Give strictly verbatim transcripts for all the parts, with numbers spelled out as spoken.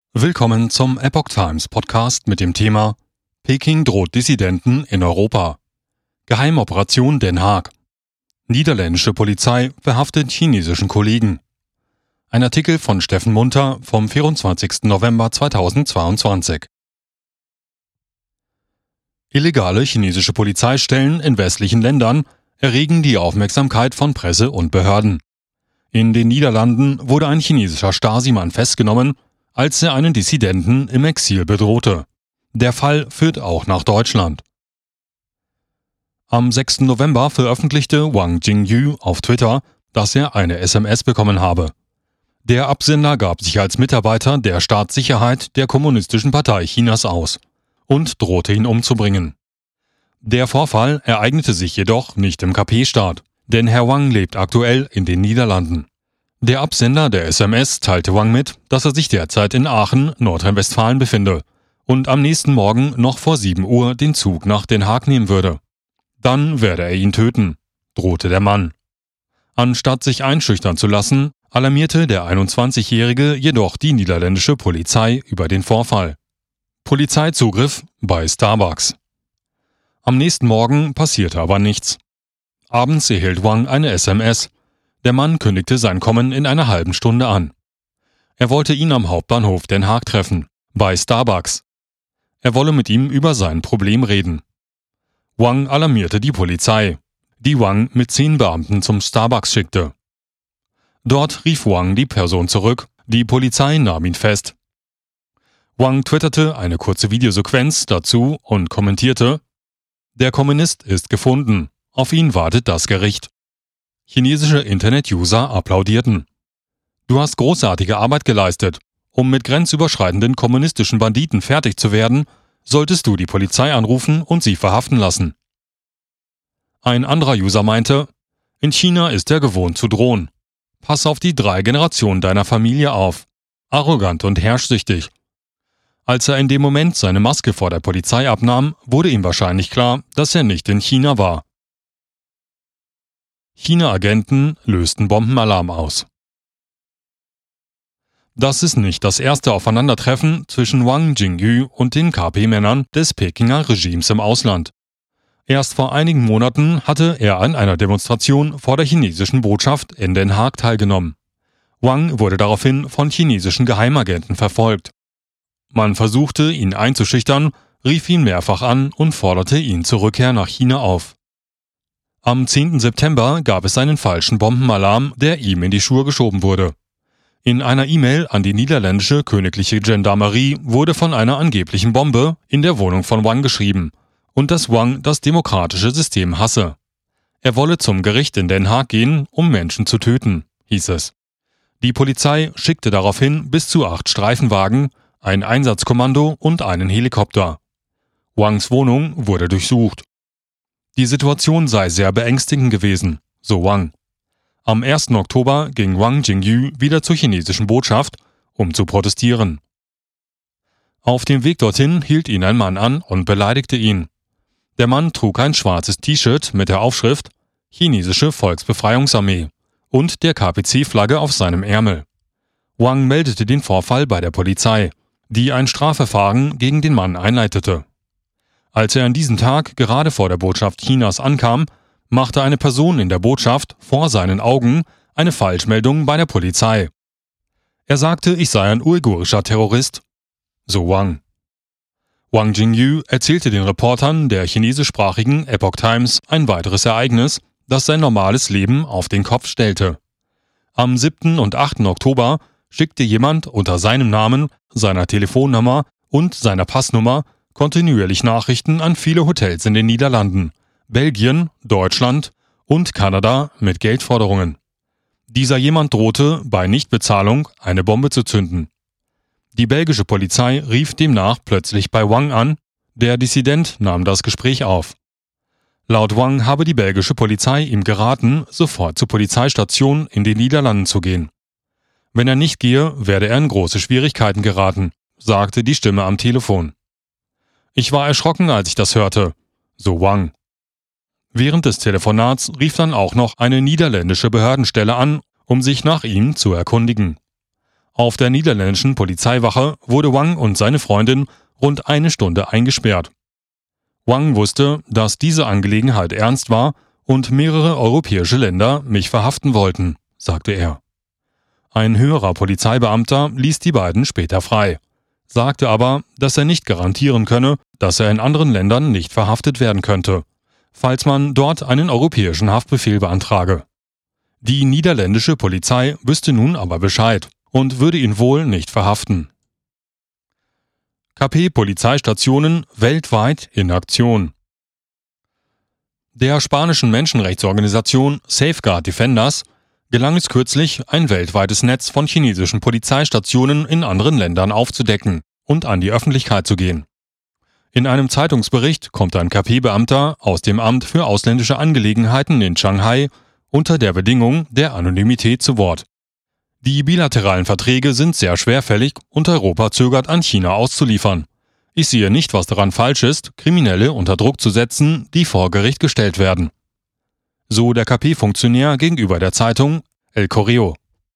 Willkommen zum Epoch Times Podcast mit dem Thema Peking droht Dissidenten in Europa. Geheimoperation Den Haag. Niederländische Polizei verhaftet chinesischen Kollegen. Ein Artikel von Steffen Munter vom vierundzwanzigsten November zweitausendzweiundzwanzig. Illegale chinesische Polizeistellen in westlichen Ländern erregen die Aufmerksamkeit von Presse und Behörden. In den Niederlanden wurde ein chinesischer Stasi-Mann festgenommen, als er einen Dissidenten im Exil bedrohte. Der Fall führt auch nach Deutschland. Am sechsten November veröffentlichte Wang Jingyu auf Twitter, dass er eine S M S bekommen habe. Der Absender gab sich als Mitarbeiter der Staatssicherheit der Kommunistischen Partei Chinas aus und drohte ihn umzubringen. Der Vorfall ereignete sich jedoch nicht im K P-Staat, denn Herr Wang lebt aktuell in den Niederlanden. Der Absender der S M S teilte Wang mit, dass er sich derzeit in Aachen, Nordrhein-Westfalen befinde und am nächsten Morgen noch vor sieben Uhr den Zug nach Den Haag nehmen würde. Dann werde er ihn töten, drohte der Mann. Anstatt sich einschüchtern zu lassen, alarmierte der einundzwanzigjährige jedoch die niederländische Polizei über den Vorfall. Polizeizugriff bei Starbucks. Am nächsten Morgen passierte aber nichts. Abends erhielt Wang eine S M S. Der Mann kündigte sein Kommen in einer halben Stunde an. Er wollte ihn am Hauptbahnhof Den Haag treffen, bei Starbucks. Er wolle mit ihm über sein Problem reden. Wang alarmierte die Polizei, die Wang mit zehn Beamten zum Starbucks schickte. Dort rief Wang die Person zurück, die Polizei nahm ihn fest. Wang twitterte eine kurze Videosequenz dazu und kommentierte: Der Kommunist ist gefunden, auf ihn wartet das Gericht. Chinesische Internet-User applaudierten. Du hast großartige Arbeit geleistet. Um mit grenzüberschreitenden kommunistischen Banditen fertig zu werden, solltest du die Polizei anrufen und sie verhaften lassen. Ein anderer User meinte: In China ist er gewohnt zu drohen. Pass auf die drei Generationen deiner Familie auf. Arrogant und herrschsüchtig. Als er in dem Moment seine Maske vor der Polizei abnahm, wurde ihm wahrscheinlich klar, dass er nicht in China war. China-Agenten lösten Bombenalarm aus. Das ist nicht das erste Aufeinandertreffen zwischen Wang Jingyu und den K P-Männern des Pekinger Regimes im Ausland. Erst vor einigen Monaten hatte er an einer Demonstration vor der chinesischen Botschaft in Den Haag teilgenommen. Wang wurde daraufhin von chinesischen Geheimagenten verfolgt. Man versuchte, ihn einzuschüchtern, rief ihn mehrfach an und forderte ihn zur Rückkehr nach China auf. Am zehnten September gab es einen falschen Bombenalarm, der ihm in die Schuhe geschoben wurde. In einer E-Mail an die niederländische königliche Gendarmerie wurde von einer angeblichen Bombe in der Wohnung von Wang geschrieben und dass Wang das demokratische System hasse. Er wolle zum Gericht in Den Haag gehen, um Menschen zu töten, hieß es. Die Polizei schickte daraufhin bis zu acht Streifenwagen, ein Einsatzkommando und einen Helikopter. Wangs Wohnung wurde durchsucht. Die Situation sei sehr beängstigend gewesen, so Wang. Am ersten Oktober ging Wang Jingyu wieder zur chinesischen Botschaft, um zu protestieren. Auf dem Weg dorthin hielt ihn ein Mann an und beleidigte ihn. Der Mann trug ein schwarzes T-Shirt mit der Aufschrift Chinesische Volksbefreiungsarmee und der K P C-Flagge auf seinem Ärmel. Wang meldete den Vorfall bei der Polizei, die ein Strafverfahren gegen den Mann einleitete. Als er an diesem Tag gerade vor der Botschaft Chinas ankam, machte eine Person in der Botschaft vor seinen Augen eine Falschmeldung bei der Polizei. Er sagte, ich sei ein uigurischer Terrorist, so Wang. Wang Jingyu erzählte den Reportern der chinesischsprachigen Epoch Times ein weiteres Ereignis, das sein normales Leben auf den Kopf stellte. Am siebten und achten Oktober schickte jemand unter seinem Namen, seiner Telefonnummer und seiner Passnummer kontinuierlich Nachrichten an viele Hotels in den Niederlanden, Belgien, Deutschland und Kanada mit Geldforderungen. Dieser jemand drohte, bei Nichtbezahlung eine Bombe zu zünden. Die belgische Polizei rief demnach plötzlich bei Wang an, der Dissident nahm das Gespräch auf. Laut Wang habe die belgische Polizei ihm geraten, sofort zur Polizeistation in den Niederlanden zu gehen. Wenn er nicht gehe, werde er in große Schwierigkeiten geraten, sagte die Stimme am Telefon. Ich war erschrocken, als ich das hörte, so Wang. Während des Telefonats rief dann auch noch eine niederländische Behördenstelle an, um sich nach ihm zu erkundigen. Auf der niederländischen Polizeiwache wurde Wang und seine Freundin rund eine Stunde eingesperrt. Wang wusste, dass diese Angelegenheit ernst war und mehrere europäische Länder mich verhaften wollten, sagte er. Ein höherer Polizeibeamter ließ die beiden später frei, sagte aber, dass er nicht garantieren könne, dass er in anderen Ländern nicht verhaftet werden könnte, falls man dort einen europäischen Haftbefehl beantrage. Die niederländische Polizei wüsste nun aber Bescheid und würde ihn wohl nicht verhaften. K P-Polizeistationen weltweit in Aktion. Der spanischen Menschenrechtsorganisation Safeguard Defenders gelang es kürzlich, ein weltweites Netz von chinesischen Polizeistationen in anderen Ländern aufzudecken und an die Öffentlichkeit zu gehen. In einem Zeitungsbericht kommt ein K P-Beamter aus dem Amt für ausländische Angelegenheiten in Shanghai unter der Bedingung der Anonymität zu Wort. Die bilateralen Verträge sind sehr schwerfällig und Europa zögert an China auszuliefern. Ich sehe nicht, was daran falsch ist, Kriminelle unter Druck zu setzen, die vor Gericht gestellt werden. So der K P-Funktionär gegenüber der Zeitung El Correo.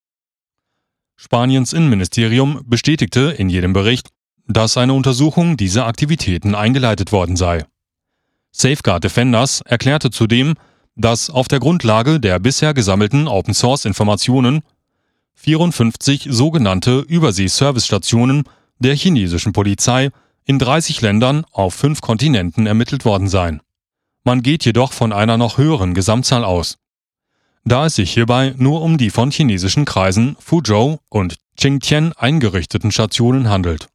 Spaniens Innenministerium bestätigte in jedem Bericht, dass eine Untersuchung dieser Aktivitäten eingeleitet worden sei. Safeguard Defenders erklärte zudem, dass auf der Grundlage der bisher gesammelten Open-Source-Informationen vierundfünfzig sogenannte Übersee-Service-Stationen der chinesischen Polizei in dreißig Ländern auf fünf Kontinenten ermittelt worden seien. Man geht jedoch von einer noch höheren Gesamtzahl aus, da es sich hierbei nur um die von chinesischen Kreisen Fuzhou und Qingtian eingerichteten Stationen handelt.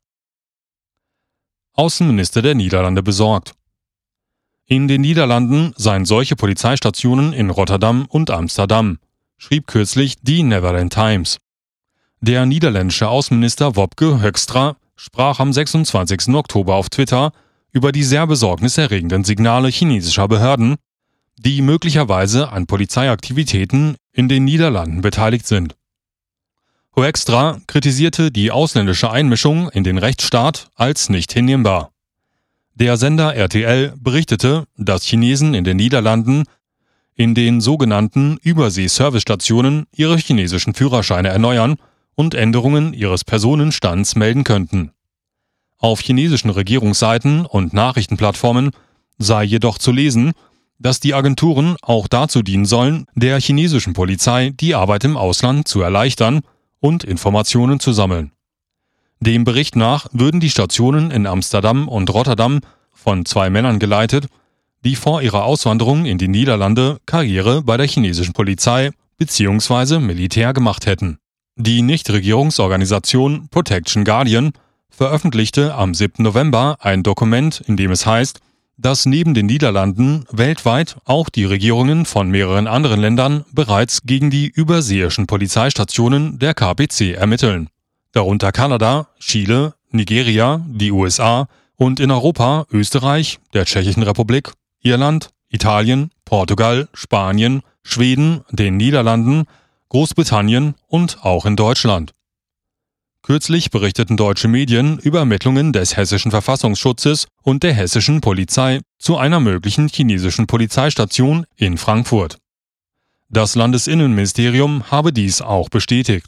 Außenminister der Niederlande besorgt. In den Niederlanden seien solche Polizeistationen in Rotterdam und Amsterdam, schrieb kürzlich die Netherlands Times. Der niederländische Außenminister Wopke Hoekstra sprach am sechsundzwanzigsten Oktober auf Twitter über die sehr besorgniserregenden Signale chinesischer Behörden, die möglicherweise an Polizeiaktivitäten in den Niederlanden beteiligt sind. Hoekstra kritisierte die ausländische Einmischung in den Rechtsstaat als nicht hinnehmbar. Der Sender R T L berichtete, dass Chinesen in den Niederlanden in den sogenannten Übersee-Service-Stationen ihre chinesischen Führerscheine erneuern und Änderungen ihres Personenstands melden könnten. Auf chinesischen Regierungsseiten und Nachrichtenplattformen sei jedoch zu lesen, dass die Agenturen auch dazu dienen sollen, der chinesischen Polizei die Arbeit im Ausland zu erleichtern und Informationen zu sammeln. Dem Bericht nach würden die Stationen in Amsterdam und Rotterdam von zwei Männern geleitet, die vor ihrer Auswanderung in die Niederlande Karriere bei der chinesischen Polizei bzw. Militär gemacht hätten. Die Nichtregierungsorganisation Protection Guardian veröffentlichte am siebten November ein Dokument, in dem es heißt, dass neben den Niederlanden weltweit auch die Regierungen von mehreren anderen Ländern bereits gegen die überseeischen Polizeistationen der K P C ermitteln, darunter Kanada, Chile, Nigeria, die U S A und in Europa Österreich, der Tschechischen Republik, Irland, Italien, Portugal, Spanien, Schweden, den Niederlanden, Großbritannien und auch in Deutschland. Kürzlich berichteten deutsche Medien über Ermittlungen des hessischen Verfassungsschutzes und der hessischen Polizei zu einer möglichen chinesischen Polizeistation in Frankfurt. Das Landesinnenministerium habe dies auch bestätigt.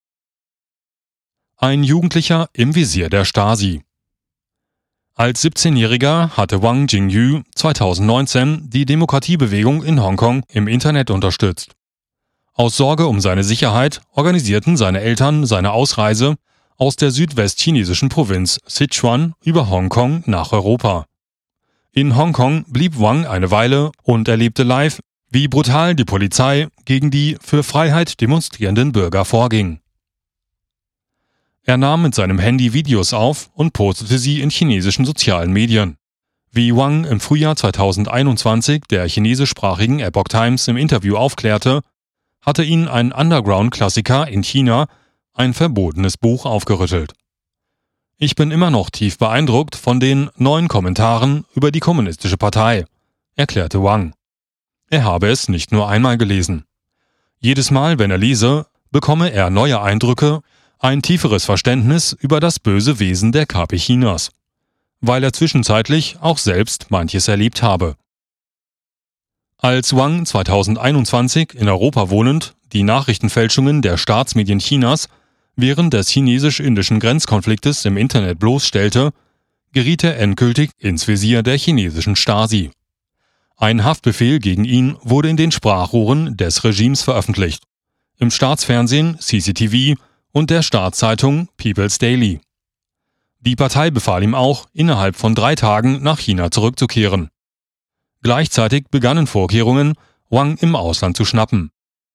Ein Jugendlicher im Visier der Stasi. Als siebzehnjähriger hatte Wang Jingyu zweitausendneunzehn die Demokratiebewegung in Hongkong im Internet unterstützt. Aus Sorge um seine Sicherheit organisierten seine Eltern seine Ausreise aus der südwestchinesischen Provinz Sichuan über Hongkong nach Europa. In Hongkong blieb Wang eine Weile und erlebte live, wie brutal die Polizei gegen die für Freiheit demonstrierenden Bürger vorging. Er nahm mit seinem Handy Videos auf und postete sie in chinesischen sozialen Medien. Wie Wang im Frühjahr zweitausendeinundzwanzig der chinesischsprachigen Epoch Times im Interview aufklärte, hatte ihn ein Underground-Klassiker in China, ein verbotenes Buch, aufgerüttelt. Ich bin immer noch tief beeindruckt von den neuen Kommentaren über die Kommunistische Partei, erklärte Wang. Er habe es nicht nur einmal gelesen. Jedes Mal, wenn er lese, bekomme er neue Eindrücke, ein tieferes Verständnis über das böse Wesen der K P Chinas, weil er zwischenzeitlich auch selbst manches erlebt habe. Als Wang zweitausendeinundzwanzig in Europa wohnend die Nachrichtenfälschungen der Staatsmedien Chinas während des chinesisch-indischen Grenzkonfliktes im Internet bloßstellte, geriet er endgültig ins Visier der chinesischen Stasi. Ein Haftbefehl gegen ihn wurde in den Sprachrohren des Regimes veröffentlicht, im Staatsfernsehen C C T V und der Staatszeitung People's Daily. Die Partei befahl ihm auch, innerhalb von drei Tagen nach China zurückzukehren. Gleichzeitig begannen Vorkehrungen, Wang im Ausland zu schnappen.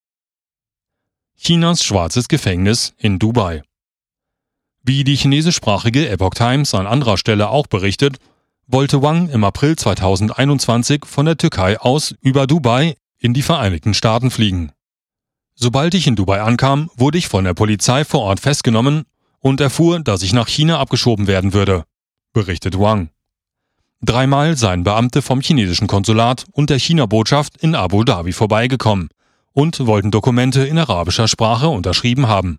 Chinas schwarzes Gefängnis in Dubai. Wie die chinesischsprachige Epoch Times an anderer Stelle auch berichtet, wollte Wang im April zweitausendeinundzwanzig von der Türkei aus über Dubai in die Vereinigten Staaten fliegen. Sobald ich in Dubai ankam, wurde ich von der Polizei vor Ort festgenommen und erfuhr, dass ich nach China abgeschoben werden würde, berichtet Wang. Dreimal seien Beamte vom chinesischen Konsulat und der China-Botschaft in Abu Dhabi vorbeigekommen und wollten Dokumente in arabischer Sprache unterschrieben haben.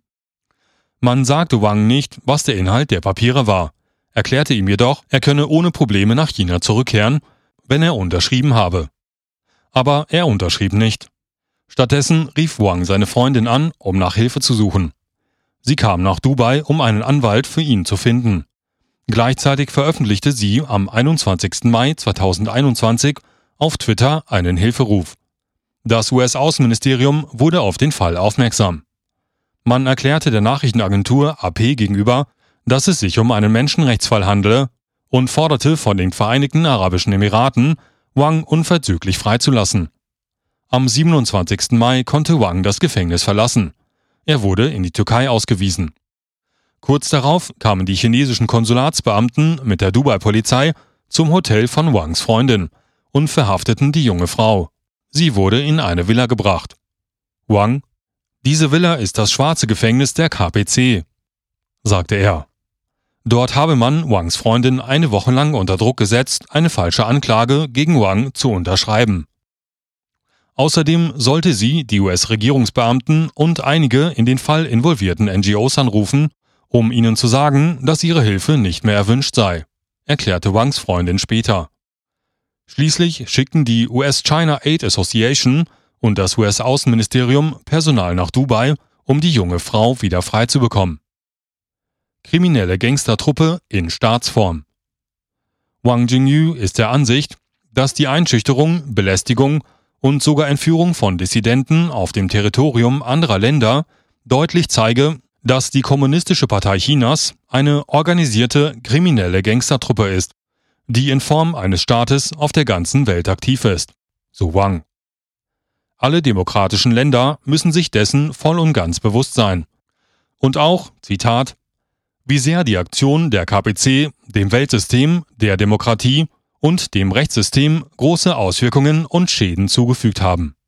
Man sagte Wang nicht, was der Inhalt der Papiere war, erklärte ihm jedoch, er könne ohne Probleme nach China zurückkehren, wenn er unterschrieben habe. Aber er unterschrieb nicht. Stattdessen rief Wang seine Freundin an, um nach Hilfe zu suchen. Sie kam nach Dubai, um einen Anwalt für ihn zu finden. Gleichzeitig veröffentlichte sie am einundzwanzigsten Mai zweitausendeinundzwanzig auf Twitter einen Hilferuf. Das U S-Außenministerium wurde auf den Fall aufmerksam. Man erklärte der Nachrichtenagentur A P gegenüber, dass es sich um einen Menschenrechtsfall handele und forderte von den Vereinigten Arabischen Emiraten, Wang unverzüglich freizulassen. Am siebenundzwanzigsten Mai konnte Wang das Gefängnis verlassen. Er wurde in die Türkei ausgewiesen. Kurz darauf kamen die chinesischen Konsulatsbeamten mit der Dubai-Polizei zum Hotel von Wangs Freundin und verhafteten die junge Frau. Sie wurde in eine Villa gebracht. Wang: Diese Villa ist das schwarze Gefängnis der K P C, sagte er. Dort habe man Wangs Freundin eine Woche lang unter Druck gesetzt, eine falsche Anklage gegen Wang zu unterschreiben. Außerdem sollte sie die U S-Regierungsbeamten und einige in den Fall involvierten N G Os anrufen, um ihnen zu sagen, dass ihre Hilfe nicht mehr erwünscht sei, erklärte Wangs Freundin später. Schließlich schickten die U S-China Aid Association und das U S-Außenministerium Personal nach Dubai, um die junge Frau wieder freizubekommen. Kriminelle Gangstertruppe in Staatsform. Wang Jingyu ist der Ansicht, dass die Einschüchterung, Belästigung und sogar Entführung von Dissidenten auf dem Territorium anderer Länder deutlich zeige, dass die Kommunistische Partei Chinas eine organisierte kriminelle Gangstertruppe ist, die in Form eines Staates auf der ganzen Welt aktiv ist, so Wang. Alle demokratischen Länder müssen sich dessen voll und ganz bewusst sein. Und auch, Zitat, wie sehr die Aktionen der K P C dem Weltsystem, der Demokratie und dem Rechtssystem große Auswirkungen und Schäden zugefügt haben.